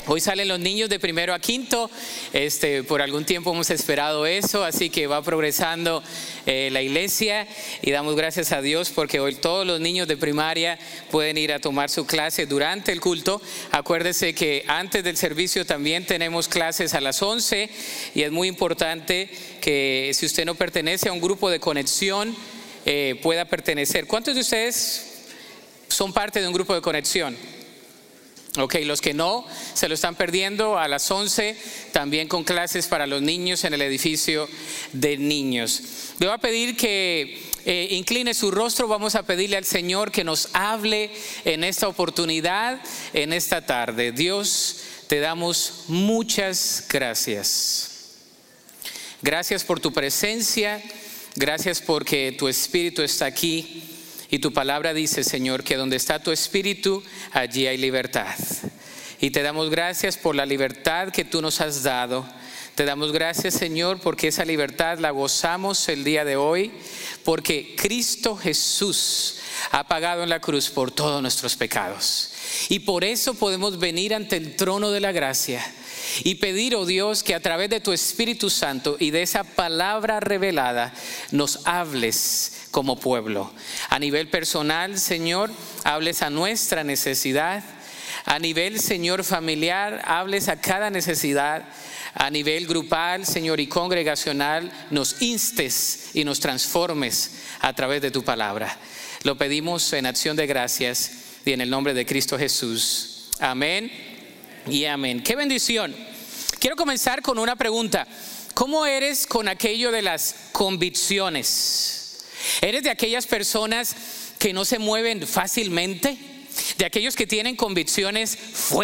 Hoy salen los niños de primero a quinto. Por algún tiempo hemos esperado eso, así que va progresando la iglesia y damos gracias a Dios porque hoy todos los niños de primaria pueden ir a tomar su clase durante el culto. Acuérdese que antes del servicio también tenemos clases a las 11 y es muy importante que si usted no pertenece a un grupo de conexión pueda pertenecer. ¿Cuántos de ustedes son parte de un grupo de conexión? Ok, los que no, se lo están perdiendo a las 11, también con clases para los niños en el edificio de niños. Le voy a pedir que incline su rostro, vamos a pedirle al Señor que nos hable en esta oportunidad, en esta tarde. Dios, te damos muchas gracias. Gracias por tu presencia, gracias porque tu Espíritu está aquí. Y tu palabra dice, Señor, que donde está tu Espíritu, allí hay libertad. Y te damos gracias por la libertad que tú nos has dado. Te damos gracias, Señor, porque esa libertad la gozamos el día de hoy, porque Cristo Jesús ha pagado en la cruz por todos nuestros pecados. Y por eso podemos venir ante el trono de la gracia y pedir, oh Dios, que a través de tu Espíritu Santo y de esa palabra revelada nos hables como pueblo. A nivel personal, Señor, hables a nuestra necesidad. A nivel, Señor, familiar, hables a cada necesidad. A nivel grupal, Señor, y congregacional, nos instes y nos transformes a través de tu palabra. Lo pedimos en acción de gracias y en el nombre de Cristo Jesús. Amén y amén. ¡Qué bendición! Quiero comenzar con una pregunta. ¿Cómo eres con aquello de las convicciones? ¿Eres de aquellas personas que no se mueven fácilmente? ¿De aquellos que tienen convicciones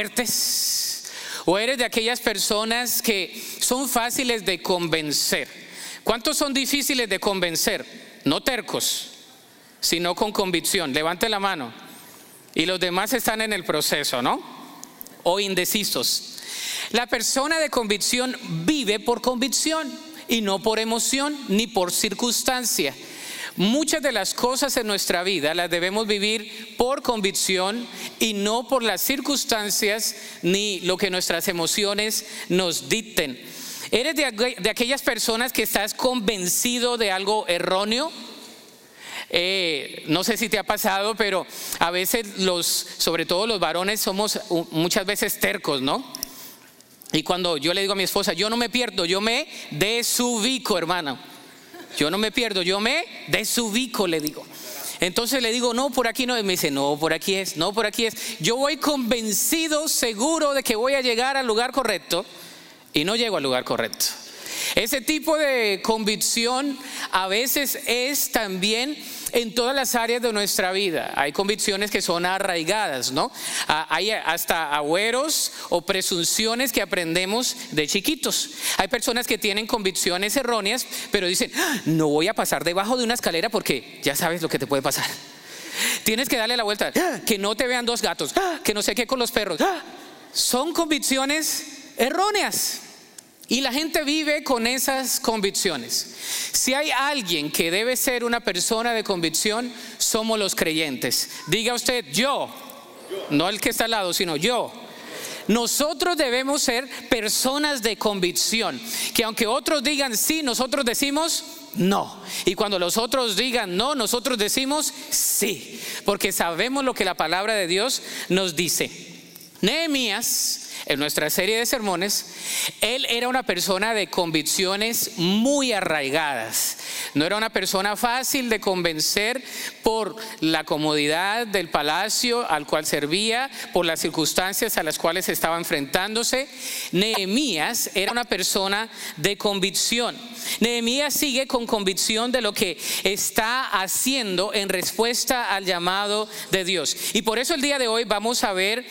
fuertes? ¿O eres de aquellas personas que son fáciles de convencer? ¿Cuántos son difíciles de convencer? No tercos, sino con convicción. Levante la mano. Y los demás están en el proceso, ¿no? O indecisos. La persona de convicción vive por convicción y no por emoción ni por circunstancia. Muchas de las cosas en nuestra vida las debemos vivir por convicción y no por las circunstancias ni lo que nuestras emociones nos dicten. ¿Eres de aquellas personas que estás convencido de algo erróneo? No sé si te ha pasado, pero a veces sobre todo los varones somos muchas veces tercos, ¿no? Y cuando yo le digo a mi esposa, yo no me pierdo, yo me desubico, hermana. Yo no me pierdo, yo me desubico, le digo. Entonces le digo, no, por aquí no. Y me dice, no, por aquí es, no, por aquí es. Yo voy convencido, seguro de que voy a llegar al lugar correcto y no llego al lugar correcto. Ese tipo de convicción a veces es también en todas las áreas de nuestra vida. Hay convicciones que son arraigadas, ¿no? Hay hasta agüeros o presunciones que aprendemos de chiquitos. Hay personas que tienen convicciones erróneas, pero dicen, no voy a pasar debajo de una escalera porque ya sabes lo que te puede pasar. Tienes que darle la vuelta, que no te vean dos gatos, que no sé qué con los perros. Son convicciones erróneas. Y la gente vive con esas convicciones. Si hay alguien que debe ser una persona de convicción, somos los creyentes. Diga usted, yo, no el que está al lado, sino yo. Nosotros debemos ser personas de convicción, que aunque otros digan sí, nosotros decimos no. Y cuando los otros digan no, nosotros decimos sí, porque sabemos lo que la palabra de Dios nos dice. Nehemías, en nuestra serie de sermones, él era una persona de convicciones muy arraigadas. No era una persona fácil de convencer por la comodidad del palacio al cual servía, por las circunstancias a las cuales estaba enfrentándose. Nehemías era una persona de convicción. Nehemías sigue con convicción de lo que está haciendo en respuesta al llamado de Dios. Y por eso el día de hoy vamos a ver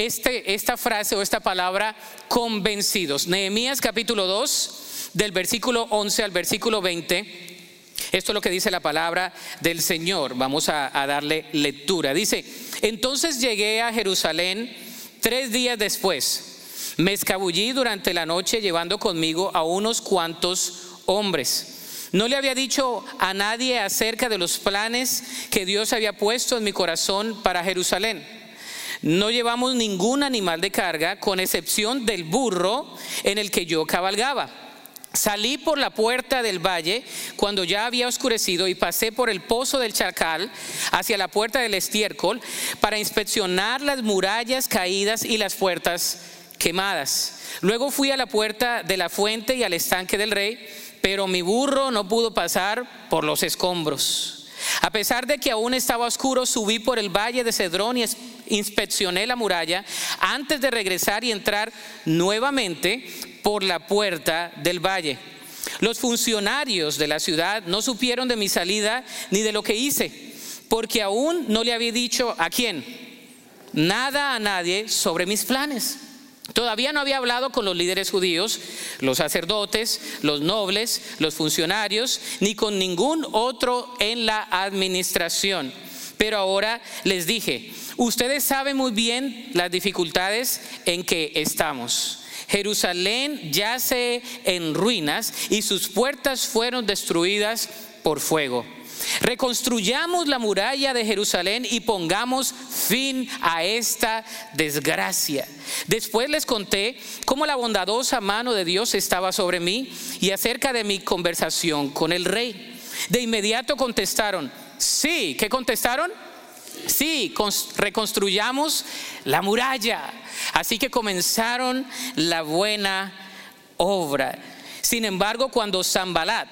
esta frase o esta palabra, convencidos. Nehemías capítulo 2, del versículo 11 al versículo 20. Esto es lo que dice la palabra del Señor. Vamos a darle lectura. Dice, entonces llegué a Jerusalén 3 días después. Me escabullí durante la noche llevando conmigo a unos cuantos hombres. No le había dicho a nadie acerca de los planes que Dios había puesto en mi corazón para Jerusalén. No llevamos ningún animal de carga, con excepción del burro en el que yo cabalgaba. Salí por la puerta del valle cuando ya había oscurecido y pasé por el pozo del Chacal hacia la puerta del estiércol para inspeccionar las murallas caídas y las puertas quemadas. Luego fui a la puerta de la fuente y al estanque del rey, pero mi burro no pudo pasar por los escombros. A pesar de que aún estaba oscuro, subí por el valle de Cedrón y inspeccioné la muralla antes de regresar y entrar nuevamente por la puerta del valle. Los funcionarios de la ciudad no supieron de mi salida ni de lo que hice, porque aún no le había dicho ¿a quién? Nada a nadie sobre mis planes. Todavía no había hablado con los líderes judíos, los sacerdotes, los nobles, los funcionarios, ni con ningún otro en la administración. Pero ahora les dije: ustedes saben muy bien las dificultades en que estamos. Jerusalén yace en ruinas y sus puertas fueron destruidas por fuego. Reconstruyamos la muralla de Jerusalén y pongamos fin a esta desgracia. Después les conté cómo la bondadosa mano de Dios estaba sobre mí y acerca de mi conversación con el rey. De inmediato contestaron: sí. ¿Qué contestaron? Sí, reconstruyamos la muralla. Así que comenzaron la buena obra. Sin embargo, cuando Sanbalat,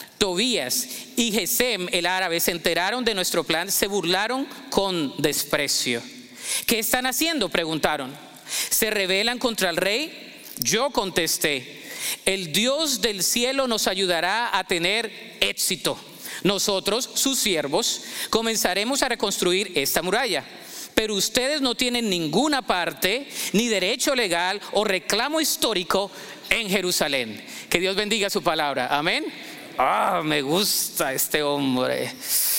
Tobías y Gesem el árabe se enteraron de nuestro plan, se burlaron con desprecio. ¿Qué están haciendo?, preguntaron. ¿Se rebelan contra el rey? Yo contesté: el Dios del cielo nos ayudará a tener éxito. Nosotros, sus siervos, comenzaremos a reconstruir esta muralla. Pero ustedes no tienen ninguna parte, ni derecho legal o reclamo histórico en Jerusalén. Que Dios bendiga su palabra. Amén. Me gusta este hombre.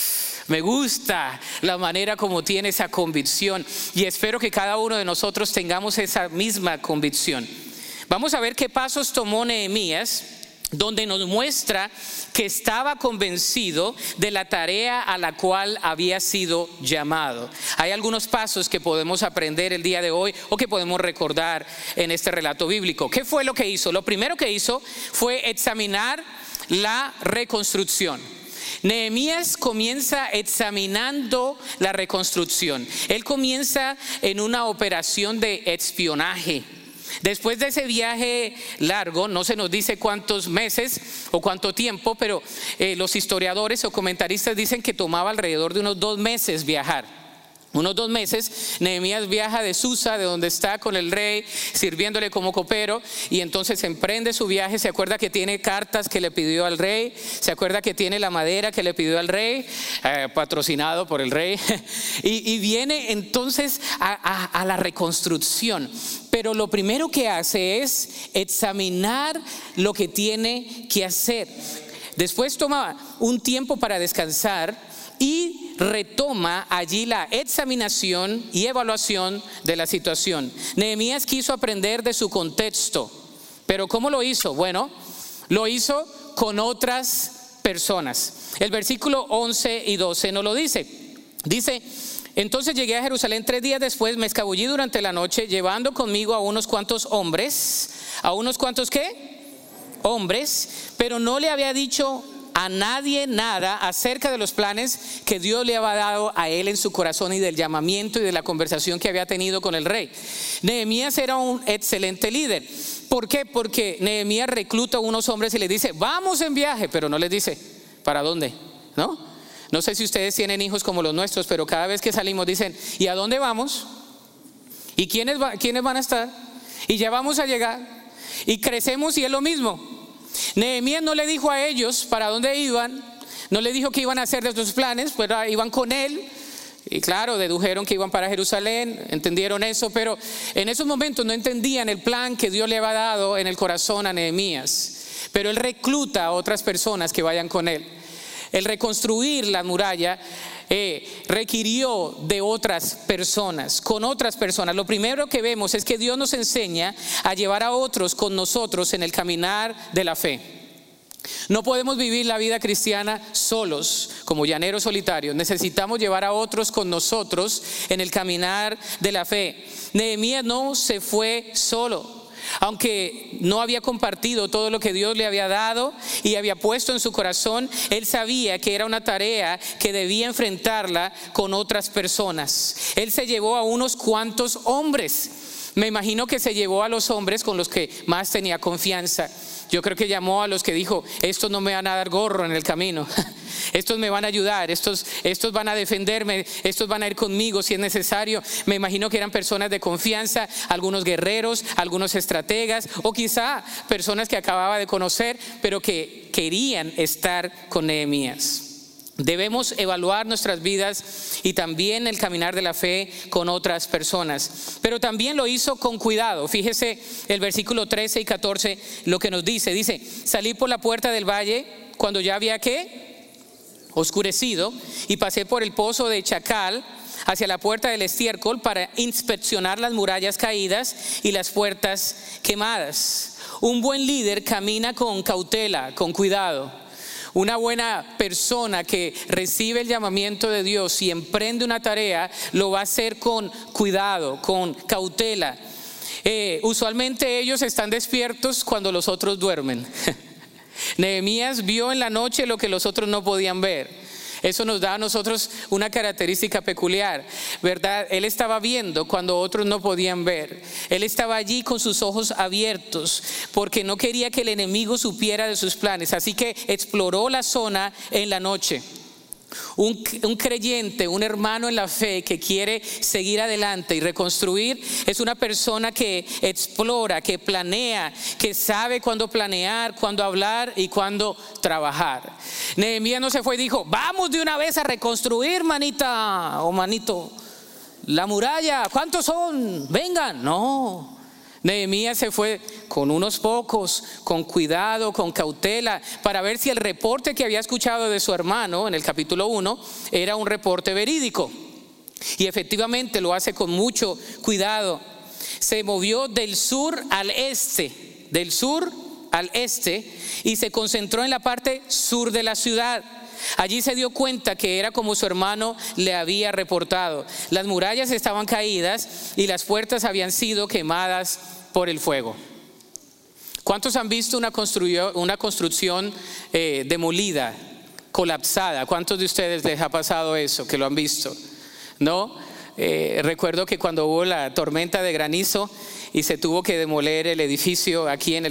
Me gusta la manera como tiene esa convicción, y espero que cada uno de nosotros tengamos esa misma convicción. Vamos a ver qué pasos tomó Nehemías, donde nos muestra que estaba convencido de la tarea a la cual había sido llamado. Hay algunos pasos que podemos aprender el día de hoy o que podemos recordar en este relato bíblico. ¿Qué fue lo que hizo? Lo primero que hizo fue examinar la reconstrucción. Nehemías comienza examinando la reconstrucción. Él comienza en una operación de espionaje. Después de ese viaje largo, no se nos dice cuántos meses o cuánto tiempo, pero los historiadores o comentaristas dicen que tomaba alrededor de unos 2 meses viajar. Unos 2 meses, Nehemías viaja de Susa, de donde está con el rey, sirviéndole como copero, y entonces emprende su viaje. Se acuerda que tiene cartas que le pidió al rey, se acuerda que tiene la madera que le pidió al rey, patrocinado por el rey, y viene entonces a la reconstrucción. Pero lo primero que hace es examinar lo que tiene que hacer. Después toma un tiempo para descansar y retoma allí la examinación y evaluación de la situación. Nehemías quiso aprender de su contexto, pero ¿cómo lo hizo? Bueno, lo hizo con otras personas. El versículo 11 y 12 nos lo dice. Dice: entonces llegué a Jerusalén 3 días después, me escabullí durante la noche, llevando conmigo a unos cuantos hombres. ¿A unos cuantos qué? Hombres, pero no le había dicho a nadie nada acerca de los planes que Dios le había dado a él en su corazón y del llamamiento y de la conversación que había tenido con el rey. Nehemías era un excelente líder. ¿Por qué? Porque Nehemías recluta a unos hombres y les dice: vamos en viaje, pero no les dice para dónde, No sé si ustedes tienen hijos como los nuestros, pero cada vez que salimos dicen: ¿y a dónde vamos? ¿Y quiénes van a estar? Y ya vamos a llegar. Y crecemos y es lo mismo. Nehemías no le dijo a ellos para dónde iban, no le dijo qué iban a hacer de sus planes, pues iban con él. Y claro, dedujeron que iban para Jerusalén, entendieron eso, pero en esos momentos no entendían el plan que Dios le había dado en el corazón a Nehemías. Pero él recluta a otras personas que vayan con él. El reconstruir la muralla requirió de otras personas, con otras personas. Lo primero que vemos es que Dios nos enseña a llevar a otros con nosotros en el caminar de la fe. No podemos vivir la vida cristiana solos, como llaneros solitarios. Necesitamos llevar a otros con nosotros en el caminar de la fe. Nehemías no se fue solo. Aunque no había compartido todo lo que Dios le había dado y había puesto en su corazón, él sabía que era una tarea que debía enfrentarla con otras personas. Él se llevó a unos cuantos hombres. Me imagino que se llevó a los hombres con los que más tenía confianza. Yo creo que llamó a los que dijo: estos no me van a dar gorro en el camino, estos me van a ayudar, estos van a defenderme, estos van a ir conmigo si es necesario. Me imagino que eran personas de confianza, algunos guerreros, algunos estrategas, o quizá personas que acababa de conocer, pero que querían estar con Nehemías. Debemos evaluar nuestras vidas y también el caminar de la fe con otras personas, pero también lo hizo con cuidado. Fíjese el versículo 13 y 14 lo que nos dice: salí por la puerta del valle cuando ya había oscurecido, y pasé por el pozo de Chacal hacia la puerta del estiércol para inspeccionar las murallas caídas y las puertas quemadas. Un buen líder camina con cautela, con cuidado. Una buena persona que recibe el llamamiento de Dios y emprende una tarea, lo va a hacer con cuidado, con cautela. Usualmente ellos están despiertos cuando los otros duermen. Nehemías vio en la noche lo que los otros no podían ver. Eso nos da a nosotros una característica peculiar, ¿verdad? Él estaba viendo cuando otros no podían ver. Él estaba allí con sus ojos abiertos porque no quería que el enemigo supiera de sus planes. Así que exploró la zona en la noche. Un creyente, un hermano en la fe que quiere seguir adelante y reconstruir, es una persona que explora, que planea, que sabe cuándo planear, cuándo hablar y cuándo trabajar. Nehemías no se fue y dijo: vamos de una vez a reconstruir, manita o manito, la muralla. ¿Cuántos son? Vengan. No. Nehemías se fue con unos pocos, con cuidado, con cautela, para ver si el reporte que había escuchado de su hermano en el capítulo 1 era un reporte verídico. Y efectivamente lo hace con mucho cuidado. Se movió del sur al este, y se concentró en la parte sur de la ciudad. Allí se dio cuenta que era como su hermano le había reportado. Las murallas estaban caídas y las puertas habían sido quemadas por el fuego. ¿Cuántos han visto una construcción demolida, colapsada? ¿Cuántos de ustedes les ha pasado eso, que lo han visto? ¿No? Recuerdo que cuando hubo la tormenta de granizo y se tuvo que demoler el edificio aquí en el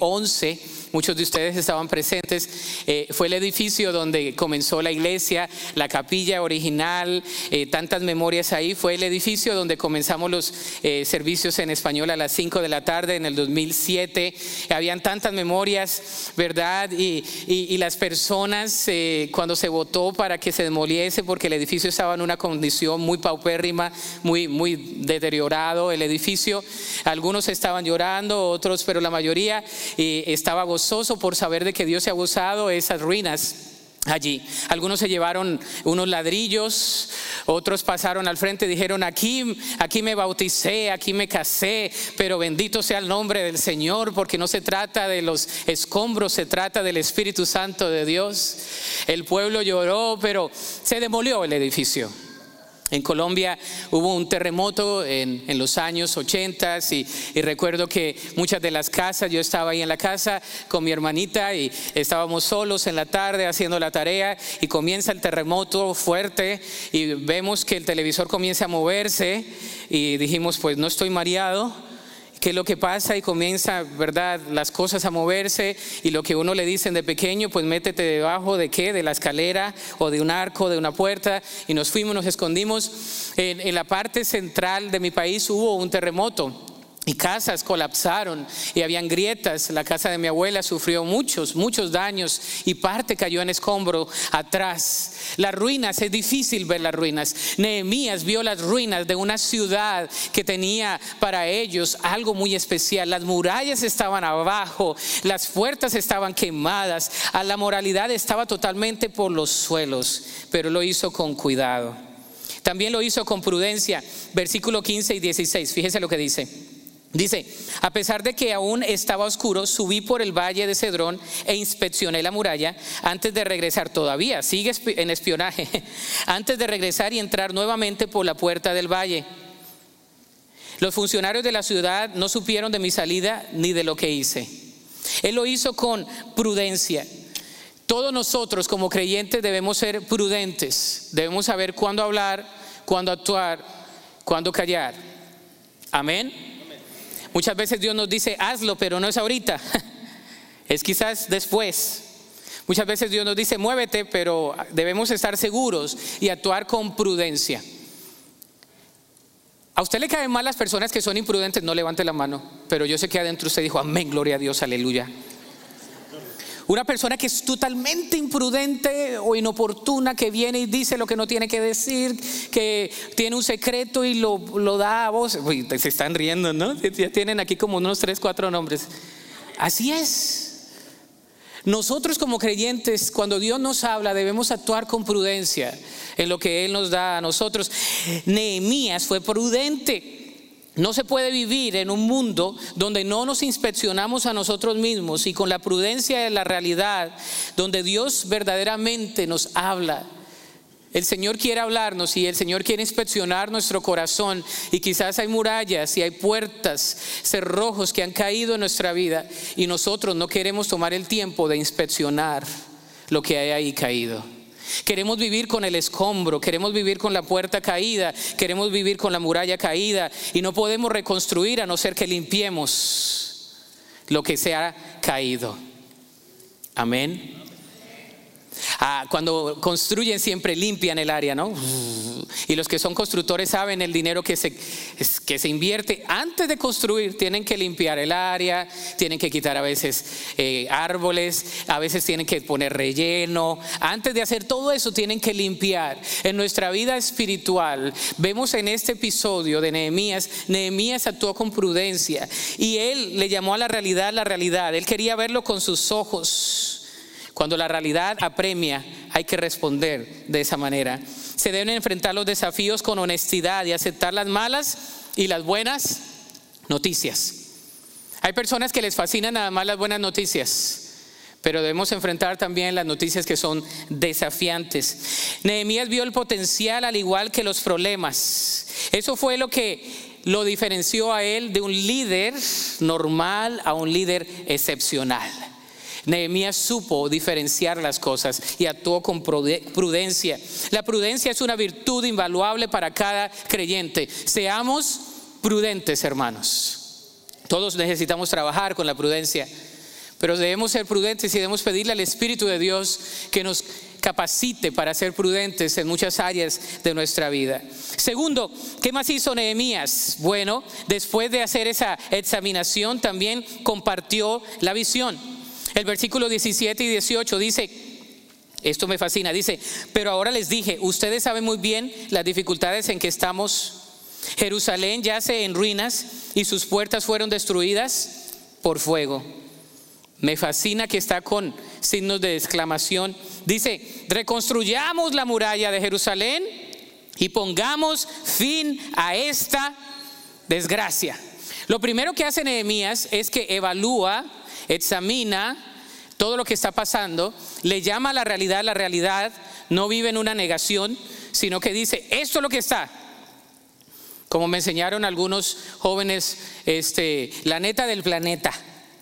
2011, muchos de ustedes estaban presentes. Fue el edificio donde comenzó la iglesia, la capilla original, tantas memorias ahí. Fue el edificio donde comenzamos los servicios en español a las 5 de la tarde en el 2007. Habían tantas memorias, ¿verdad? Y las personas, cuando se votó para que se demoliese, porque el edificio estaba en una condición muy paupérrima, muy deteriorado el edificio. Algunos estaban llorando, otros, pero la mayoría estaba gozoso por saber de que Dios se ha gozado esas ruinas allí. Algunos se llevaron unos ladrillos, otros pasaron al frente y dijeron: aquí me bauticé, aquí me casé, pero bendito sea el nombre del Señor, porque no se trata de los escombros, se trata del Espíritu Santo de Dios. El pueblo lloró, pero se demolió el edificio. En Colombia hubo un terremoto en los años 80 y recuerdo que muchas de las casas, yo estaba ahí en la casa con mi hermanita y estábamos solos en la tarde haciendo la tarea, y comienza el terremoto fuerte y vemos que el televisor comienza a moverse y dijimos: pues no estoy mareado. ¿Qué es lo que pasa? Y comienza, ¿verdad?, las cosas a moverse, y lo que uno le dicen de pequeño: pues métete debajo de ¿qué? De la escalera o de un arco, de una puerta. Y nos fuimos, nos escondimos. En la parte central de mi país hubo un terremoto y casas colapsaron y habían grietas. La casa de mi abuela sufrió muchos daños y parte cayó en escombro atrás. Las ruinas, es difícil ver las ruinas. Nehemías vio las ruinas de una ciudad que tenía para ellos algo muy especial. Las murallas estaban abajo, las puertas estaban quemadas, la moralidad estaba totalmente por los suelos, pero lo hizo con cuidado. También lo hizo con prudencia. Versículo 15 y 16, fíjese lo que dice: Dice, a pesar de que aún estaba oscuro, subí por el valle de Cedrón e inspeccioné la muralla antes de regresar. Todavía sigue en espionaje. Antes de regresar y entrar nuevamente por la puerta del valle. Los funcionarios de la ciudad no supieron de mi salida ni de lo que hice. Él lo hizo con prudencia. Todos nosotros como creyentes debemos ser prudentes. Debemos saber cuándo hablar, cuándo actuar, cuándo callar. Amén. Muchas veces Dios nos dice, hazlo, pero no es ahorita. Es quizás después. Muchas veces Dios nos dice, muévete, pero debemos estar seguros y actuar con prudencia. ¿A usted le caen mal las personas que son imprudentes? No levante la mano. Pero yo sé que adentro usted dijo, amén, gloria a Dios, aleluya. Una persona que es totalmente imprudente o inoportuna, que viene y dice lo que no tiene que decir, que tiene un secreto y lo da a vos. Uy, se están riendo, ¿no? Ya tienen aquí como unos 3, 4 nombres. Así es. Nosotros como creyentes, cuando Dios nos habla, debemos actuar con prudencia en lo que Él nos da a nosotros. Nehemías fue prudente. No se puede vivir en un mundo donde no nos inspeccionamos a nosotros mismos y con la prudencia de la realidad, donde Dios verdaderamente nos habla. El Señor quiere hablarnos y el Señor quiere inspeccionar nuestro corazón, y quizás hay murallas y hay puertas, cerrojos que han caído en nuestra vida y nosotros no queremos tomar el tiempo de inspeccionar lo que hay ahí caído. Queremos vivir con el escombro, queremos vivir con la puerta caída, queremos vivir con la muralla caída, y no podemos reconstruir a no ser que limpiemos lo que se ha caído. Amén. Cuando construyen siempre limpian el área, ¿no? Y los que son constructores saben el dinero que se invierte antes de construir. Tienen que limpiar el área, tienen que quitar a veces árboles, a veces tienen que poner relleno. Antes de hacer todo eso tienen que limpiar. En nuestra vida espiritual vemos en este episodio de Nehemías actuó con prudencia y él le llamó a la realidad. Él quería verlo con sus ojos. Cuando la realidad apremia, hay que responder de esa manera. Se deben enfrentar los desafíos con honestidad y aceptar las malas y las buenas noticias. Hay personas que les fascinan nada más las buenas noticias, pero debemos enfrentar también las noticias que son desafiantes. Nehemías vio el potencial al igual que los problemas. Eso fue lo que lo diferenció a él de un líder normal a un líder excepcional. Nehemías supo diferenciar las cosas y actuó con prudencia. La prudencia es una virtud invaluable para cada creyente. Seamos prudentes, hermanos. Todos necesitamos trabajar con la prudencia, pero debemos ser prudentes y debemos pedirle al Espíritu de Dios que nos capacite para ser prudentes en muchas áreas de nuestra vida. Segundo, ¿qué más hizo Nehemías? Bueno, después de hacer esa examinación, también compartió la visión. El versículo 17 y 18 dice, esto me fascina, dice, pero ahora les dije, ustedes saben muy bien las dificultades en que estamos. Jerusalén yace en ruinas y sus puertas fueron destruidas por fuego. Me fascina que está con signos de exclamación. Dice, reconstruyamos la muralla de Jerusalén y pongamos fin a esta desgracia. Lo primero que hace Nehemías es que evalúa, examina todo lo que está pasando, le llama a la realidad, no vive en una negación, sino que dice, esto es lo que está. Como me enseñaron algunos jóvenes, la neta del planeta.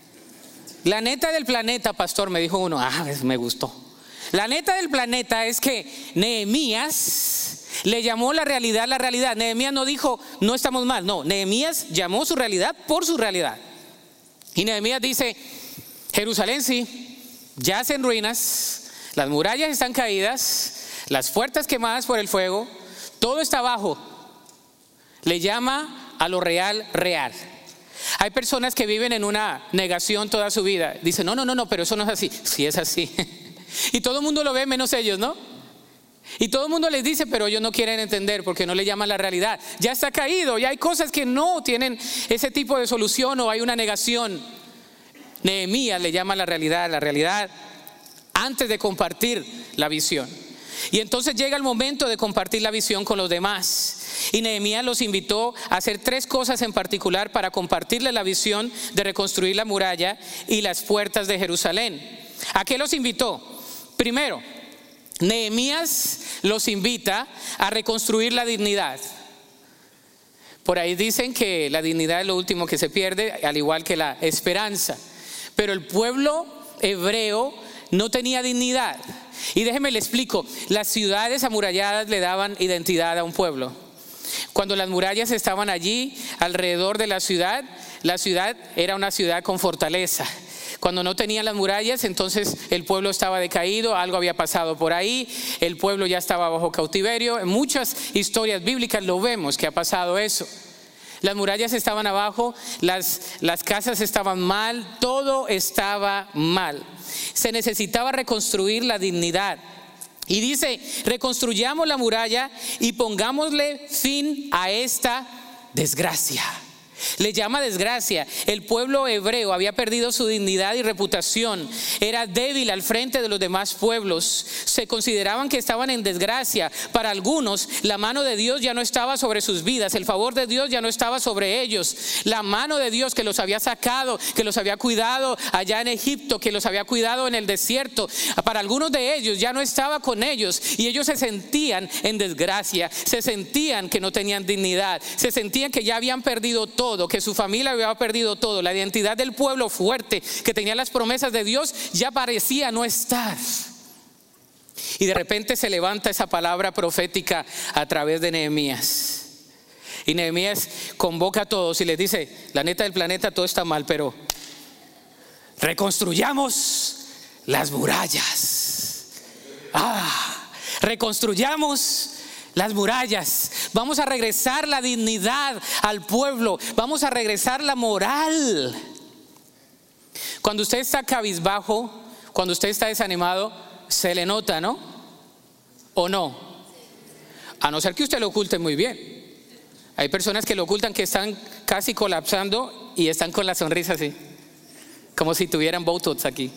La neta del planeta, pastor, me dijo uno, me gustó. La neta del planeta es que Nehemías le llamó la realidad. Nehemías no dijo, no estamos mal, no, Nehemías llamó su realidad por su realidad. Y Nehemías dice, Jerusalén sí, yace en ruinas, las murallas están caídas, las puertas quemadas por el fuego, todo está abajo. Le llama a lo real. Hay personas que viven en una negación toda su vida. Dicen, no, pero eso no es así. Sí es así. Y todo el mundo lo ve menos ellos, ¿no? Y todo el mundo les dice, pero ellos no quieren entender porque no le llaman la realidad. Ya está caído, ya hay cosas que no tienen ese tipo de solución o hay una negación. Nehemías le llama la realidad antes de compartir la visión. Y entonces llega el momento de compartir la visión con los demás. Y Nehemías los invitó a hacer 3 cosas en particular para compartirle la visión de reconstruir la muralla y las puertas de Jerusalén. ¿A qué los invitó? Primero, Nehemías los invita a reconstruir la dignidad. Por ahí dicen que la dignidad es lo último que se pierde, al igual que la esperanza. Pero el pueblo hebreo no tenía dignidad. Y déjeme le explico, las ciudades amuralladas le daban identidad a un pueblo. Cuando las murallas estaban allí alrededor de la ciudad era una ciudad con fortaleza. Cuando no tenían las murallas, entonces el pueblo estaba decaído, algo había pasado por ahí, el pueblo ya estaba bajo cautiverio. En muchas historias bíblicas lo vemos que ha pasado eso. Las murallas estaban abajo, las casas estaban mal, todo estaba mal. Se necesitaba reconstruir la dignidad. Y dice, reconstruyamos la muralla y pongámosle fin a esta desgracia. Le llama desgracia. El pueblo hebreo había perdido su dignidad y reputación. Era débil al frente de los demás pueblos. Se consideraban que estaban en desgracia. Para algunos, la mano de Dios ya no estaba sobre sus vidas. El favor de Dios ya no estaba sobre ellos. La mano de Dios que los había sacado, que los había cuidado allá en Egipto, que los había cuidado en el desierto, para algunos de ellos ya no estaba con ellos. Y ellos se sentían en desgracia. Se sentían que no tenían dignidad. Se sentían que ya habían perdido todo, que su familia había perdido todo. La identidad del pueblo fuerte que tenía las promesas de Dios ya parecía no estar. Y de repente se levanta esa palabra profética a través de Nehemías. Y Nehemías convoca a todos y les dice, la neta del planeta todo está mal, pero reconstruyamos las murallas. Reconstruyamos las murallas. Vamos a regresar la dignidad al pueblo. Vamos a regresar la moral. Cuando usted está cabizbajo, cuando usted está desanimado, se le nota, ¿no? ¿O no? A no ser que usted lo oculte muy bien. Hay personas que lo ocultan, que están casi colapsando y están con la sonrisa así, como si tuvieran botox aquí.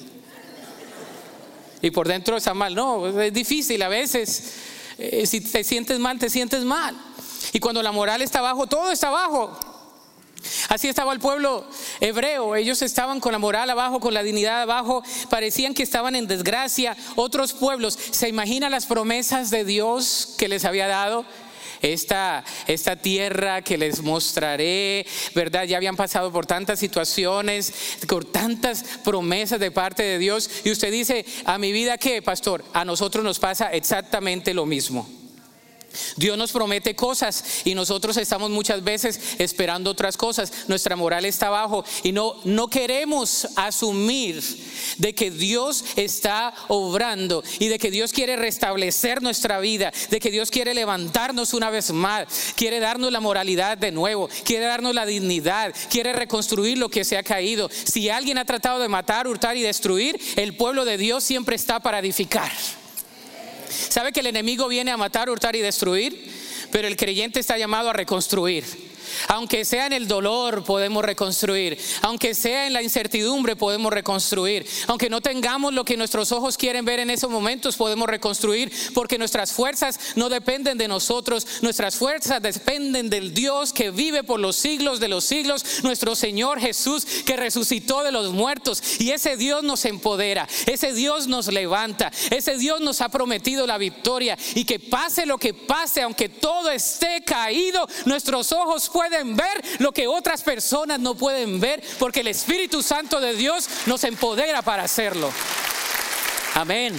Y por dentro está mal. No, es difícil a veces. Si te sientes mal, te sientes mal. Y cuando la moral está abajo, todo está abajo. Así estaba el pueblo hebreo. Ellos estaban con la moral abajo, con la dignidad abajo. Parecían que estaban en desgracia. Otros pueblos, ¿se imaginan las promesas de Dios que les había dado? Esta tierra que les mostraré, ¿verdad? Ya habían pasado por tantas situaciones, por tantas promesas de parte de Dios. Y usted dice, ¿a mi vida qué, pastor? A nosotros nos pasa exactamente lo mismo. Dios nos promete cosas y nosotros estamos muchas veces esperando otras cosas. Nuestra moral está abajo y no queremos asumir de que Dios está obrando y de que Dios quiere restablecer nuestra vida, de que Dios quiere levantarnos una vez más, quiere darnos la moralidad de nuevo, quiere darnos la dignidad, quiere reconstruir lo que se ha caído. Si alguien ha tratado de matar, hurtar y destruir, el pueblo de Dios siempre está para edificar. ¿Sabe que el enemigo viene a matar, hurtar y destruir? Pero el creyente está llamado a reconstruir. Aunque sea en el dolor, podemos reconstruir. Aunque sea en la incertidumbre, podemos reconstruir. Aunque no tengamos lo que nuestros ojos quieren ver en esos momentos, podemos reconstruir. Porque nuestras fuerzas no dependen de nosotros. Nuestras fuerzas dependen del Dios que vive por los siglos de los siglos, nuestro Señor Jesús, que resucitó de los muertos. Y ese Dios nos empodera, ese Dios nos levanta, ese Dios nos ha prometido la victoria. Y que pase lo que pase, aunque todo esté caído, nuestros ojos pueden ver lo que otras personas no pueden ver, porque el Espíritu Santo de Dios nos empodera para hacerlo. Amén.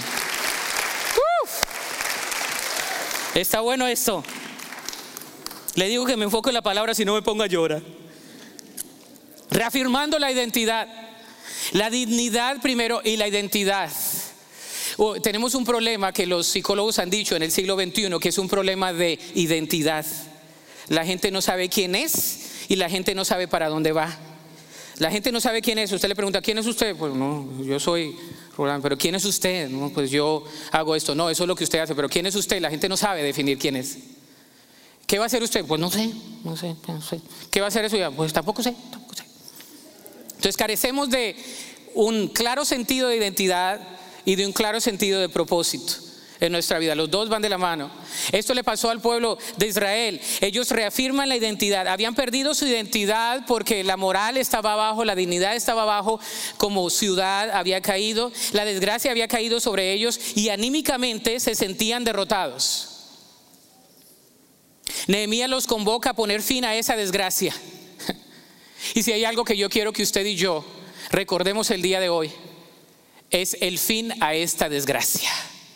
Está bueno esto. Le digo que me enfoco en la palabra, si no me pongo a llorar. Reafirmando la identidad, la dignidad primero y la identidad. Tenemos un problema que los psicólogos han dicho en el siglo XXI, que es un problema de identidad. La gente no sabe quién es y la gente no sabe para dónde va. La gente no sabe quién es. Usted le pregunta, ¿quién es usted? Pues no, yo soy Rolando. ¿Pero quién es usted? No, pues yo hago esto. No, eso es lo que usted hace. ¿Pero quién es usted? La gente no sabe definir quién es. ¿Qué va a hacer usted? Pues no sé. ¿Qué va a hacer eso? Pues tampoco sé. Entonces carecemos de un claro sentido de identidad y de un claro sentido de propósito. en nuestra vida. Los dos van de la mano. Esto le pasó al pueblo de Israel. Ellos reafirman la identidad. Habían perdido su identidad porque la moral estaba abajo, la dignidad estaba abajo, como ciudad había caído, la desgracia había caído sobre ellos y anímicamente se sentían derrotados. Nehemías los convoca a poner fin a esa desgracia. Y si hay algo que yo quiero que usted y yo recordemos el día de hoy, es el fin a esta desgracia.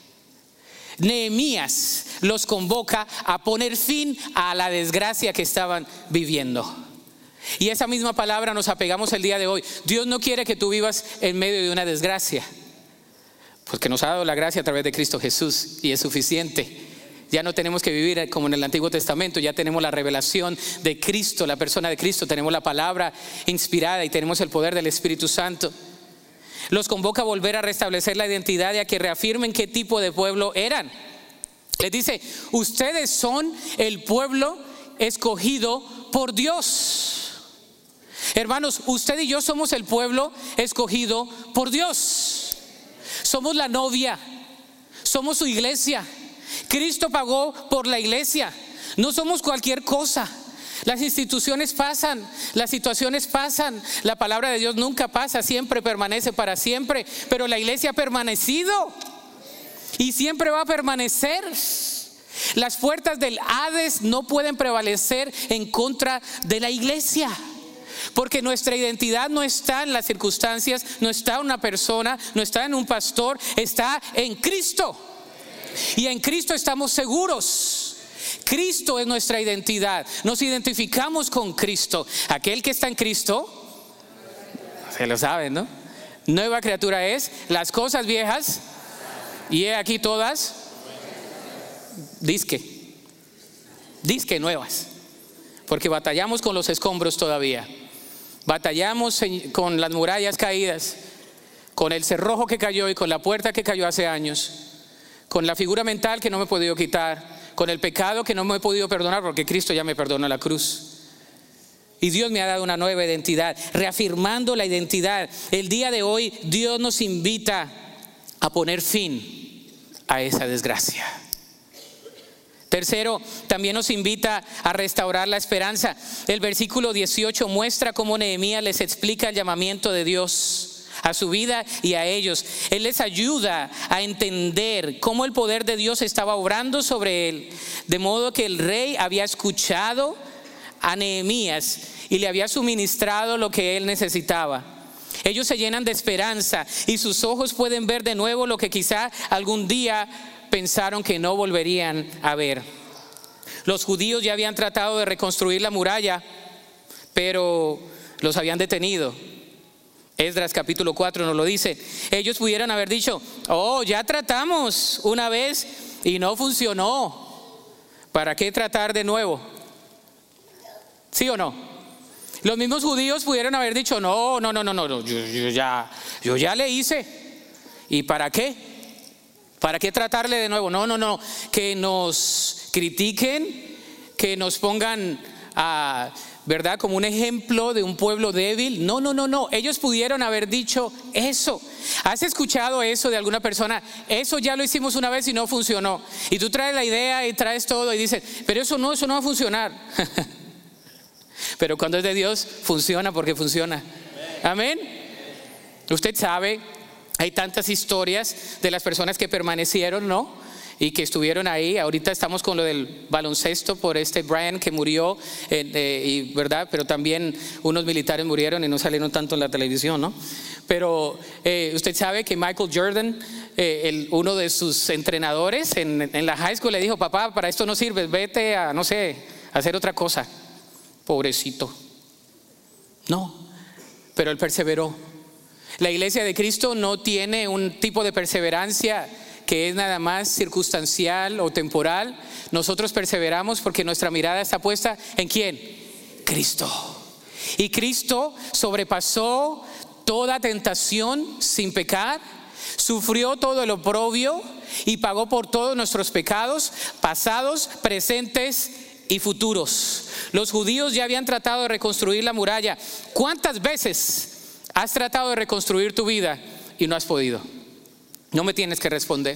Nehemías los convoca a poner fin a la desgracia que estaban viviendo. Y esa misma palabra nos apegamos el día de hoy. Dios no quiere que tú vivas en medio de una desgracia, porque nos ha dado la gracia a través de Cristo Jesús y es suficiente. Ya no tenemos que vivir como en el Antiguo Testamento, ya tenemos la revelación de Cristo, la persona de Cristo, tenemos la palabra inspirada y tenemos el poder del Espíritu Santo. Los convoca a volver a restablecer la identidad y a que reafirmen qué tipo de pueblo eran. Les dice: ustedes son el pueblo escogido por Dios. Hermanos, usted y yo somos el pueblo escogido por Dios. Somos la novia, somos su iglesia. Cristo pagó por la iglesia. No somos cualquier cosa. Las instituciones pasan, las situaciones pasan, la palabra de Dios nunca pasa, siempre permanece para siempre. Pero la iglesia ha permanecido y siempre va a permanecer. Las puertas del Hades no pueden prevalecer en contra de la iglesia, porque nuestra identidad no está en las circunstancias, no está en una persona, no está en un pastor, está en Cristo. Y en Cristo estamos seguros. Cristo es nuestra identidad. Nos identificamos con Cristo. Aquel que está en Cristo, se lo saben, ¿no? Nueva criatura es. Las cosas viejas, y he aquí todas, disque nuevas. Porque batallamos con los escombros todavía. Batallamos con las murallas caídas, con el cerrojo que cayó y con la puerta que cayó hace años, con la figura mental que no me he podido quitar, con el pecado que no me he podido perdonar porque Cristo ya me perdonó en la cruz. Y Dios me ha dado una nueva identidad, reafirmando la identidad. El día de hoy Dios nos invita a poner fin a esa desgracia. Tercero, también nos invita a restaurar la esperanza. El versículo 18 muestra cómo Nehemías les explica el llamamiento de Dios a su vida y a ellos. Él les ayuda a entender cómo el poder de Dios estaba obrando sobre él, de modo que el rey había escuchado a Nehemías y le había suministrado lo que él necesitaba. Ellos se llenan de esperanza y sus ojos pueden ver de nuevo lo que quizá algún día pensaron que no volverían a ver. Los judíos ya habían tratado de reconstruir la muralla, pero los habían detenido. Esdras capítulo 4 nos lo dice. Ellos pudieran haber dicho: oh, ya tratamos una vez y no funcionó, ¿para qué tratar de nuevo? ¿Sí o no? Los mismos judíos pudieron haber dicho: no, yo ya le hice, ¿y para qué? ¿Para qué tratarle de nuevo? No, que nos critiquen, que nos pongan a, ¿verdad?, como un ejemplo de un pueblo débil. No. Ellos pudieron haber dicho eso. ¿Has escuchado eso de alguna persona? Eso ya lo hicimos una vez y no funcionó. Y tú traes la idea y traes todo y dices: pero eso no va a funcionar. Pero cuando es de Dios, funciona porque funciona. Amén. Usted sabe, hay tantas historias de las personas que permanecieron, ¿no?, y que estuvieron ahí. Ahorita estamos con lo del baloncesto por Brian que murió, y verdad, pero también unos militares murieron y no salieron tanto en la televisión, ¿no? Pero usted sabe que Michael Jordan, uno de sus entrenadores en la high school le dijo: papá, para esto no sirves, vete a, no sé, a hacer otra cosa. Pobrecito. No, pero él perseveró. La iglesia de Cristo no tiene un tipo de perseverancia que es nada más circunstancial o temporal. Nosotros perseveramos porque nuestra mirada está puesta ¿en quién? Cristo. Y Cristo sobrepasó toda tentación sin pecar, sufrió todo el oprobio y pagó por todos nuestros pecados, pasados, presentes y futuros. Los judíos ya habían tratado de reconstruir la muralla. ¿Cuántas veces has tratado de reconstruir tu vida y no has podido? No me tienes que responder,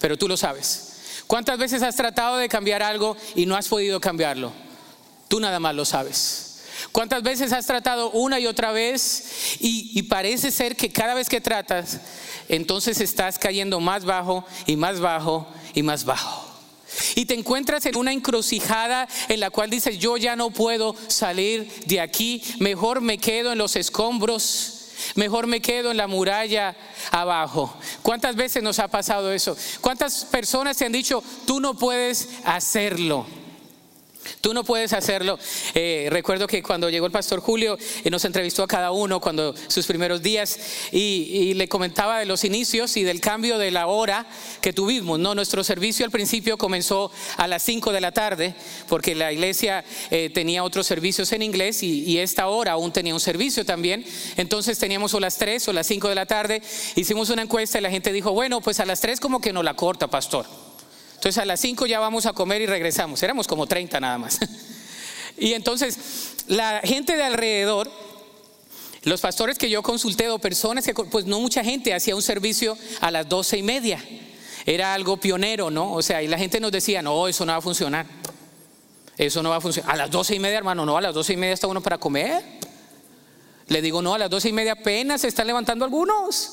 pero tú lo sabes. ¿Cuántas veces has tratado de cambiar algo y no has podido cambiarlo? Tú nada más lo sabes. ¿Cuántas veces has tratado una y otra vez y parece ser que cada vez que tratas, entonces estás cayendo más bajo y más bajo y más bajo? Y te encuentras en una encrucijada en la cual dices: yo ya no puedo salir de aquí, mejor me quedo en los escombros, mejor me quedo en la muralla abajo. ¿Cuántas veces nos ha pasado eso? ¿Cuántas personas te han dicho: tú no puedes hacerlo? Tú no puedes hacerlo. Recuerdo que cuando llegó el pastor Julio nos entrevistó a cada uno cuando sus primeros días y le comentaba de los inicios y del cambio de la hora que tuvimos, ¿no? Nuestro servicio al principio comenzó a las 5 de la tarde porque la iglesia tenía otros servicios en inglés y esta hora aún tenía un servicio también. Entonces teníamos o las 3 o las 5 de la tarde. Hicimos una encuesta y la gente dijo: bueno, pues a las 3 como que no la corta, pastor. Entonces a las 5 ya vamos a comer y regresamos. Éramos como 30 nada más. Y entonces la gente de alrededor, los pastores que yo consulté o personas que, pues no mucha gente hacía un servicio a las 12:30. Era algo pionero, ¿no? O sea, y la gente nos decía: no, eso no va a funcionar. Eso no va a funcionar. A las 12:30, hermano, no, a las 12:30 está uno para comer. Le digo: no, a las 12:30 apenas se están levantando algunos.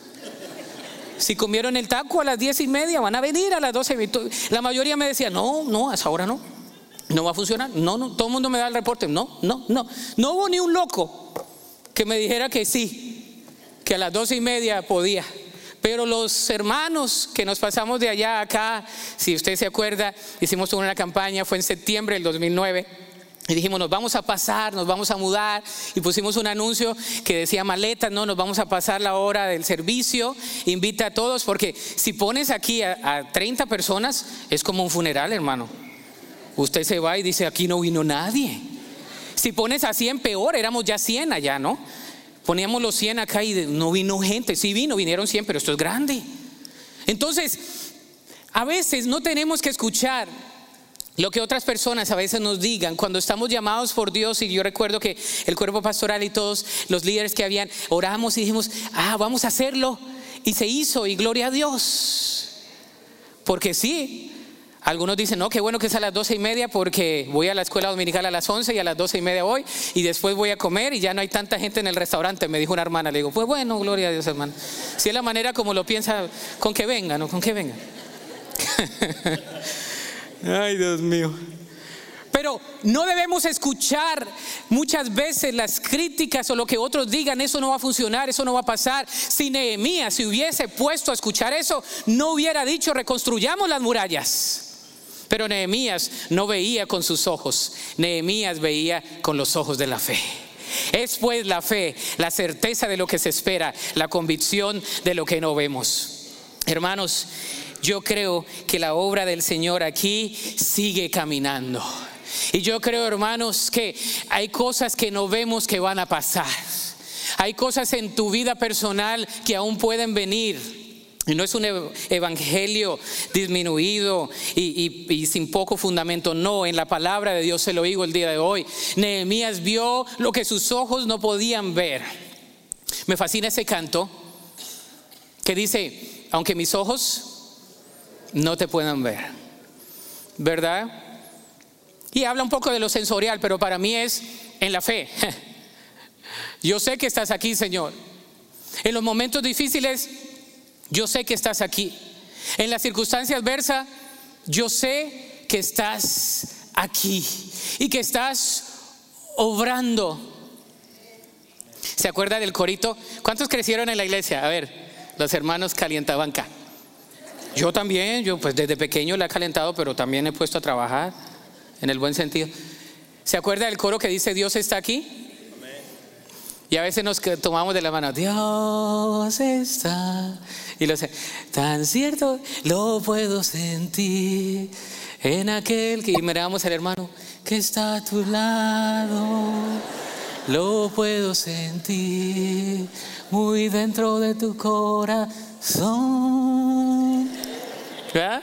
Si comieron el taco a las 10:30, van a venir a las 12. La mayoría me decía: no, a esa hora no va a funcionar. No, todo el mundo me da el reporte. No hubo ni un loco que me dijera que sí, que a las 12:30 podía. Pero los hermanos que nos pasamos de allá a acá, si usted se acuerda, hicimos una campaña, fue en septiembre del 2009. Y dijimos: nos vamos a pasar, nos vamos a mudar. Y pusimos un anuncio que decía maletas, no, nos vamos a pasar la hora del servicio. Invita a todos, porque si pones aquí a 30 personas, es como un funeral, hermano. Usted se va y dice: aquí no vino nadie. Si pones a 100, peor, éramos ya 100 allá, ¿no? Poníamos los 100 acá y no vino gente. Sí vinieron 100, pero esto es grande. Entonces, a veces no tenemos que escuchar lo que otras personas a veces nos digan cuando estamos llamados por Dios. Y yo recuerdo que el cuerpo pastoral y todos los líderes que habían, oramos y dijimos: vamos a hacerlo. Y se hizo, y gloria a Dios. Porque sí, algunos dicen: no, qué bueno que es a las 12:30 porque voy a la escuela dominical a las 11 y a las 12:30 voy y después voy a comer y ya no hay tanta gente en el restaurante, me dijo una hermana. Le digo: pues bueno, gloria a Dios, hermano. Si es la manera como lo piensa, con que venga, ¿no? Con que venga. Ay, Dios mío. Pero no debemos escuchar muchas veces las críticas o lo que otros digan: eso no va a funcionar, eso no va a pasar. Si Nehemías se hubiese puesto a escuchar eso, no hubiera dicho: reconstruyamos las murallas. Pero Nehemías no veía con sus ojos, Nehemías veía con los ojos de la fe. Es pues la fe, la certeza de lo que se espera, la convicción de lo que no vemos. Hermanos, yo creo que la obra del Señor aquí sigue caminando. Y yo creo, hermanos, que hay cosas que no vemos que van a pasar. Hay cosas en tu vida personal que aún pueden venir. Y no es un evangelio disminuido y sin poco fundamento. No, en la palabra de Dios se lo digo el día de hoy. Nehemías vio lo que sus ojos no podían ver. Me fascina ese canto que dice: aunque mis ojos no te puedan ver, ¿verdad? Y habla un poco de lo sensorial, pero para mí es en la fe. Yo sé que estás aquí, Señor. En los momentos difíciles, yo sé que estás aquí. En las circunstancias adversas, yo sé que estás aquí y que estás obrando. ¿Se acuerda del corito? ¿Cuántos crecieron en la iglesia? A ver, los hermanos calientabanca. Yo también, yo pues desde pequeño la he calentado, pero también he puesto a trabajar en el buen sentido. ¿Se acuerda del coro que dice: Dios está aquí? Amén. Y a veces nos tomamos de la mano: Dios está. Y lo sé, tan cierto lo puedo sentir en aquel que... Y miramos al hermano que está a tu lado. Lo puedo sentir muy dentro de tu corazón. ¿Verdad?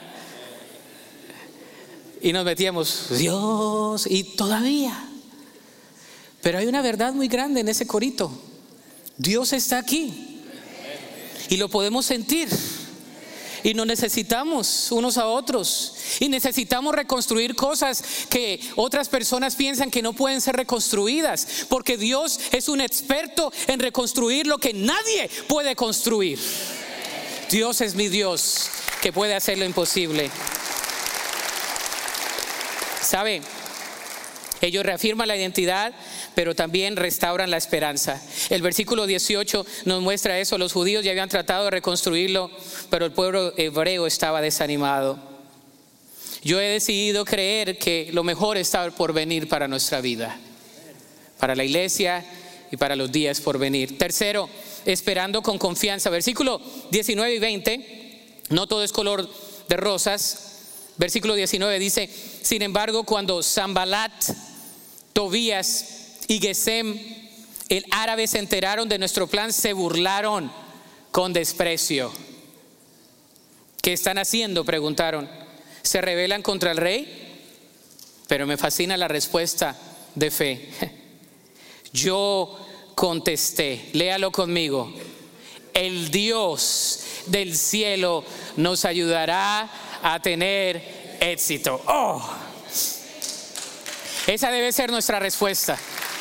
Y nos metíamos: Dios, y todavía. Pero hay una verdad muy grande en ese corito: Dios está aquí y lo podemos sentir. Y nos necesitamos unos a otros. Y necesitamos reconstruir cosas que otras personas piensan que no pueden ser reconstruidas. Porque Dios es un experto en reconstruir lo que nadie puede construir. Dios es mi Dios que puede hacer lo imposible. ¿Sabe? Ellos reafirman la identidad, pero también restauran la esperanza. El versículo 18 nos muestra eso. Los judíos ya habían tratado de reconstruirlo, pero el pueblo hebreo estaba desanimado. Yo he decidido creer que lo mejor está por venir para nuestra vida, para la iglesia y para los días por venir. Tercero, esperando con confianza. Versículo 19 y 20, no todo es color de rosas. Versículo 19 dice: sin embargo, cuando Sanbalat, Tobías y Gesem, el árabe, se enteraron de nuestro plan, se burlaron con desprecio. ¿Qué están haciendo?, preguntaron. ¿Se rebelan contra el rey? Pero me fascina la respuesta de fe. Yo contesté, léalo conmigo: el Dios del cielo nos ayudará a tener éxito. Esa debe ser nuestra respuesta.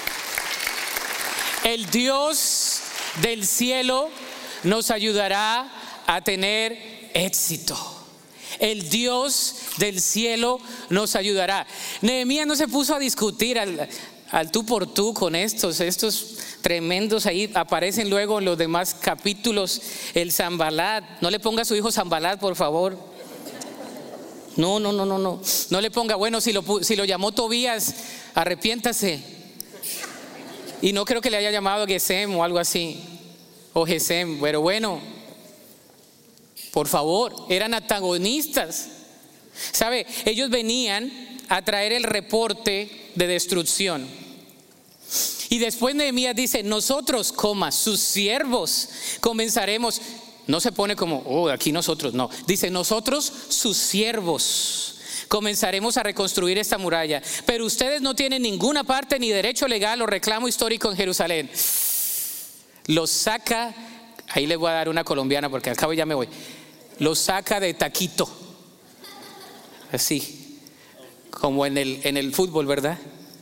El Dios del cielo nos ayudará a tener éxito. El Dios del cielo nos ayudará. Nehemías no se puso a discutir al tú por tú con estos tremendos. Ahí aparecen luego en los demás capítulos. El Sanbalat, no le ponga a su hijo Sanbalat, por favor. No le ponga, bueno, si lo llamó Tobías, arrepiéntase. Y no creo que le haya llamado Gesem o algo así, o Gesem, pero bueno, por favor, eran antagonistas. ¿Sabe? Ellos venían a traer el reporte de destrucción. Y después Nehemías dice: nosotros, sus siervos, comenzaremos. No se pone como, aquí nosotros, no. Dice: nosotros, sus siervos, comenzaremos a reconstruir esta muralla. Pero ustedes no tienen ninguna parte ni derecho legal o reclamo histórico en Jerusalén. Los saca, ahí les voy a dar una colombiana porque al cabo ya me voy. Los saca de taquito. Así, como en el fútbol, ¿verdad?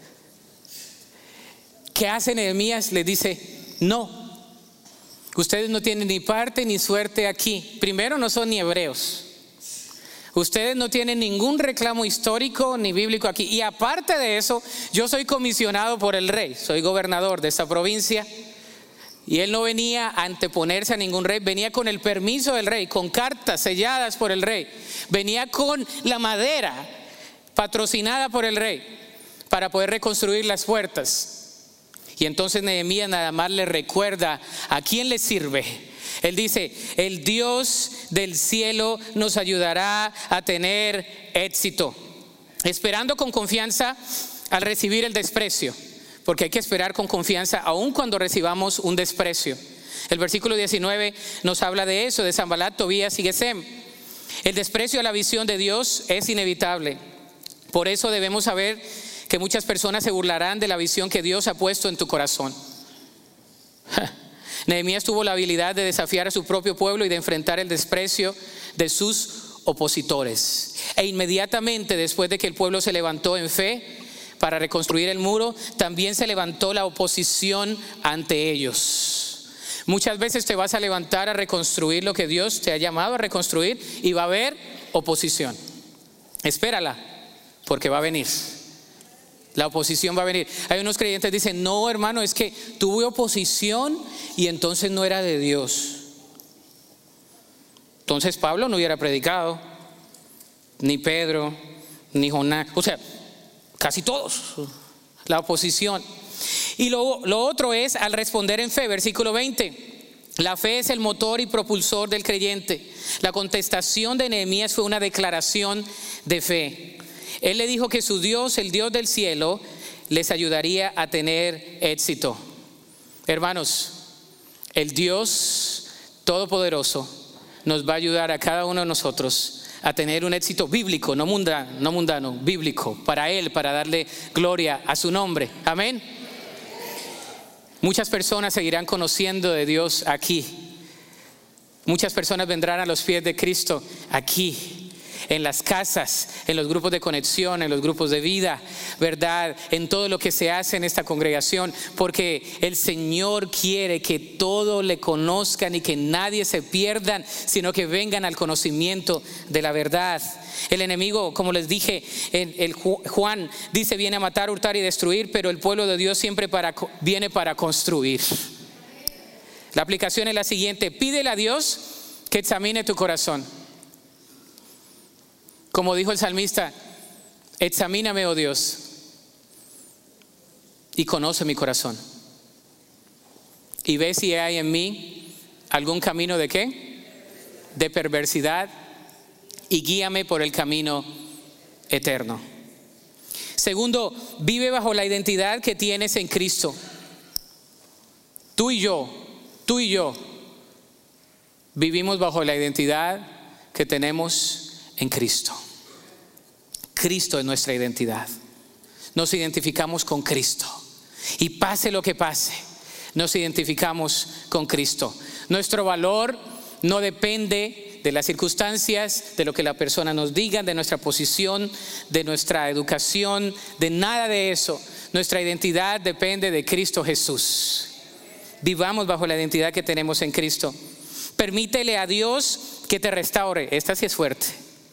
¿Qué hace Nehemías? Les dice: no. Ustedes no tienen ni parte ni suerte aquí. Primero, no son ni hebreos. Ustedes no tienen ningún reclamo histórico ni bíblico aquí. Y aparte de eso, yo soy comisionado por el rey. Soy gobernador de esta provincia. Y él no venía a anteponerse a ningún rey. Venía con el permiso del rey, con cartas selladas por el rey. Venía con la madera patrocinada por el rey para poder reconstruir las puertas. Y entonces Nehemías nada más le recuerda a quién le sirve. Él dice: el Dios del cielo nos ayudará a tener éxito. Esperando con confianza al recibir el desprecio, porque hay que esperar con confianza aun cuando recibamos un desprecio. El versículo 19 nos habla de eso, de Sanbalat, Tobías y Gesem. El desprecio a la visión de Dios es inevitable. Por eso debemos saber que muchas personas se burlarán de la visión que Dios ha puesto en tu corazón. Nehemías tuvo la habilidad de desafiar a su propio pueblo y de enfrentar el desprecio de sus opositores. E inmediatamente después de que el pueblo se levantó en fe para reconstruir el muro, también se levantó la oposición ante ellos. Muchas veces te vas a levantar a reconstruir lo que Dios te ha llamado a reconstruir y va a haber oposición. Espérala, porque va a venir. La oposición va a venir. Hay unos creyentes que dicen: no, hermano, es que tuve oposición y entonces no era de Dios. Entonces Pablo no hubiera predicado, ni Pedro, ni Jonás, o sea, casi todos. La oposición. Y lo otro es al responder en fe. Versículo 20: la fe es el motor y propulsor del creyente. La contestación de Nehemías fue una declaración de fe. Él le dijo que su Dios, el Dios del cielo, les ayudaría a tener éxito. Hermanos, el Dios Todopoderoso nos va a ayudar a cada uno de nosotros a tener un éxito bíblico, no mundano, bíblico, para Él, para darle gloria a su nombre. Amén. Muchas personas seguirán conociendo de Dios aquí, Muchas personas vendrán a los pies de Cristo aquí, en las casas, en los grupos de conexión, en los grupos de vida, ¿verdad? En todo lo que se hace en esta congregación, porque el Señor quiere que todos le conozcan y que nadie se pierdan, sino que vengan al conocimiento de la verdad. El enemigo, como les dije, Juan dice, viene a matar, hurtar y destruir, pero el pueblo de Dios siempre viene para construir. La aplicación es la siguiente: pídele a Dios que examine tu corazón. Como dijo el salmista, examíname, oh Dios, y conoce mi corazón. Y ve si hay en mí algún camino de ¿qué? De perversidad, y guíame por el camino eterno. Segundo, vive bajo la identidad que tienes en Cristo. Tú y yo vivimos bajo la identidad que tenemos en Cristo. Cristo es nuestra identidad. Nos identificamos con Cristo. Y pase lo que pase, nos identificamos con Cristo. Nuestro valor no depende de las circunstancias, de lo que la persona nos diga, de nuestra posición, de nuestra educación, de nada de eso. Nuestra identidad depende de Cristo Jesús. Vivamos bajo la identidad que tenemos en Cristo. Permítele a Dios que te restaure. Esta sí es fuerte.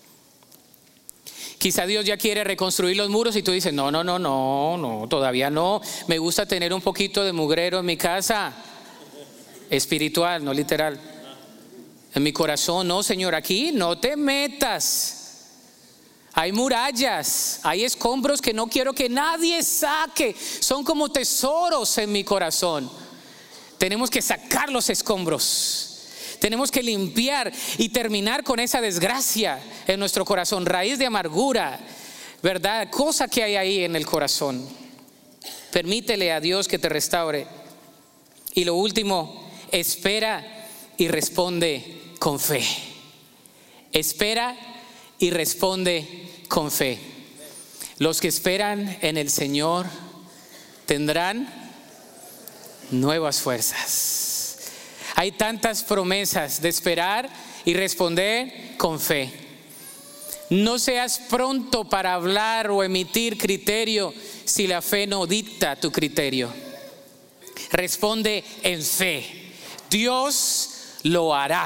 Quizá Dios ya quiere reconstruir los muros y tú dices, no, todavía no. Me gusta tener un poquito de mugrero en mi casa. Espiritual, no literal. En mi corazón, no, Señor, aquí no te metas. Hay murallas, hay escombros que no quiero que nadie saque. Son como tesoros en mi corazón. Tenemos que sacar los escombros. Tenemos que limpiar y terminar con esa desgracia en nuestro corazón, raíz de amargura, ¿verdad? Cosa que hay ahí en el corazón. Permítele a Dios que te restaure. Y lo último, espera y responde con fe. Espera y responde con fe. Los que esperan en el Señor tendrán nuevas fuerzas. Hay tantas promesas de esperar y responder con fe. No seas pronto para hablar o emitir criterio si la fe no dicta tu criterio. Responde en fe. Dios lo hará.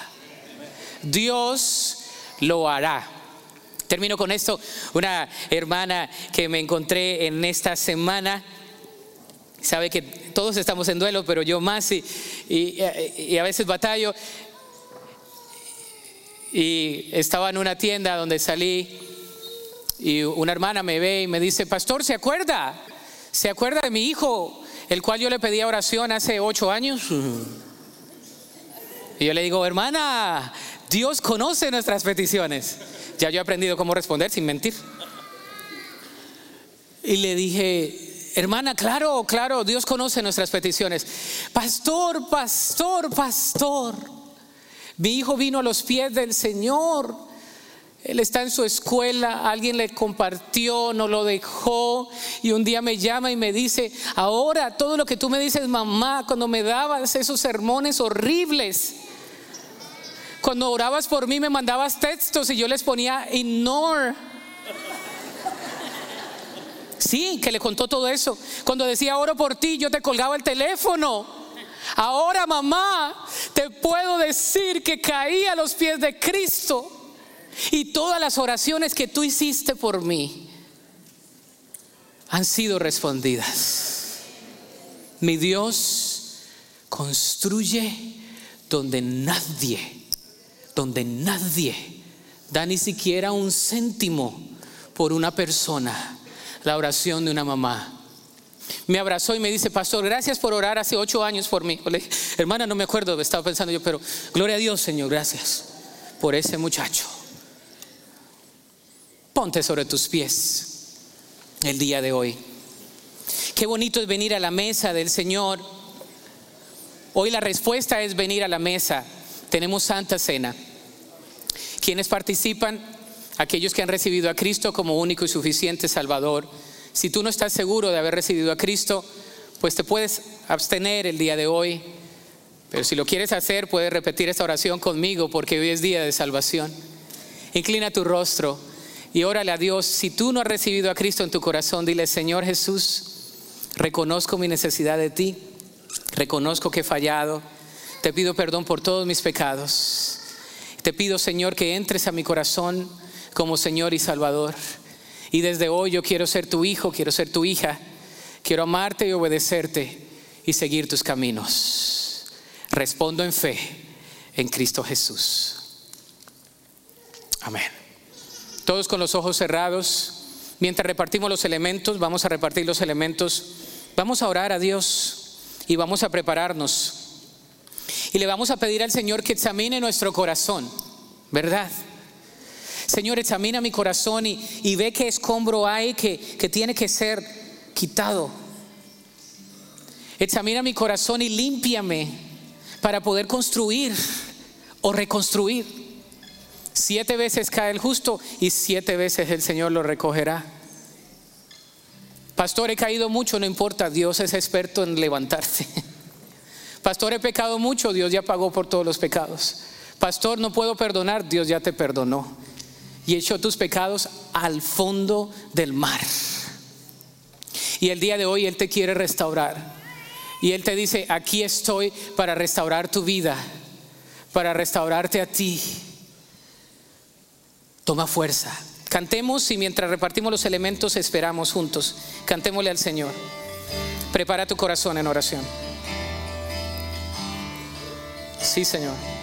Dios lo hará. Termino con esto. Una hermana que me encontré en esta semana, sabe que todos estamos en duelo, pero yo más y a veces batallo. Y estaba en una tienda donde salí y una hermana me ve y me dice, pastor, ¿se acuerda de mi hijo, el cual yo le pedía oración hace 8 años? Y yo le digo, hermana, Dios conoce nuestras peticiones. Ya yo he aprendido cómo responder sin mentir. Y le dije, hermana, claro, Dios conoce nuestras peticiones. Pastor, mi hijo vino a los pies del Señor. Él está en su escuela, alguien le compartió, no lo dejó, y un día me llama y me dice, ahora todo lo que tú me dices, mamá, cuando me dabas esos sermones horribles, cuando orabas por mí me mandabas textos y yo les ponía ignore. Sí, que le contó todo eso. Cuando decía oro por ti, yo te colgaba el teléfono. Ahora, mamá, te puedo decir que caí a los pies de Cristo y todas las oraciones que tú hiciste por mí han sido respondidas. Mi Dios construye donde nadie da ni siquiera un céntimo por una persona. La oración de una mamá. Me abrazó y me dice, pastor, gracias por orar hace 8 años por mí. Le dije, hermana, no me acuerdo, estaba pensando yo, pero gloria a Dios, Señor, gracias por ese muchacho. Ponte sobre tus pies el día de hoy. Qué bonito es venir a la mesa del Señor. Hoy la respuesta es venir a la mesa. Tenemos Santa Cena. ¿Quiénes participan? Aquellos que han recibido a Cristo como único y suficiente Salvador. Si tú no estás seguro de haber recibido a Cristo, pues te puedes abstener el día de hoy. Pero si lo quieres hacer, puedes repetir esta oración conmigo, porque hoy es día de salvación. Inclina tu rostro y órale a Dios. Si tú no has recibido a Cristo en tu corazón, dile: Señor Jesús, reconozco mi necesidad de ti, reconozco que he fallado, te pido perdón por todos mis pecados. Te pido, Señor, que entres a mi corazón como Señor y Salvador. Y desde hoy yo quiero ser tu hijo, quiero ser tu hija, quiero amarte y obedecerte y seguir tus caminos. Respondo en fe en Cristo Jesús. Amén. Todos con los ojos cerrados. Mientras repartimos los elementos, vamos a repartir los elementos. Vamos a orar a Dios y vamos a prepararnos. Y le vamos a pedir al Señor que examine nuestro corazón, ¿verdad? Señor, examina mi corazón y ve qué escombro hay que tiene que ser quitado. Examina mi corazón y límpiame para poder construir o reconstruir. 7 veces cae el justo y 7 veces el Señor lo recogerá. Pastor, he caído mucho, no importa, Dios es experto en levantarse. Pastor, he pecado mucho, Dios ya pagó por todos los pecados. Pastor, no puedo perdonar, Dios ya te perdonó y echó tus pecados al fondo del mar. Y el día de hoy Él te quiere restaurar. Y Él te dice: aquí estoy para restaurar tu vida, para restaurarte a ti. Toma fuerza. Cantemos y mientras repartimos los elementos esperamos juntos. Cantémosle al Señor. Prepara tu corazón en oración. Sí, Señor.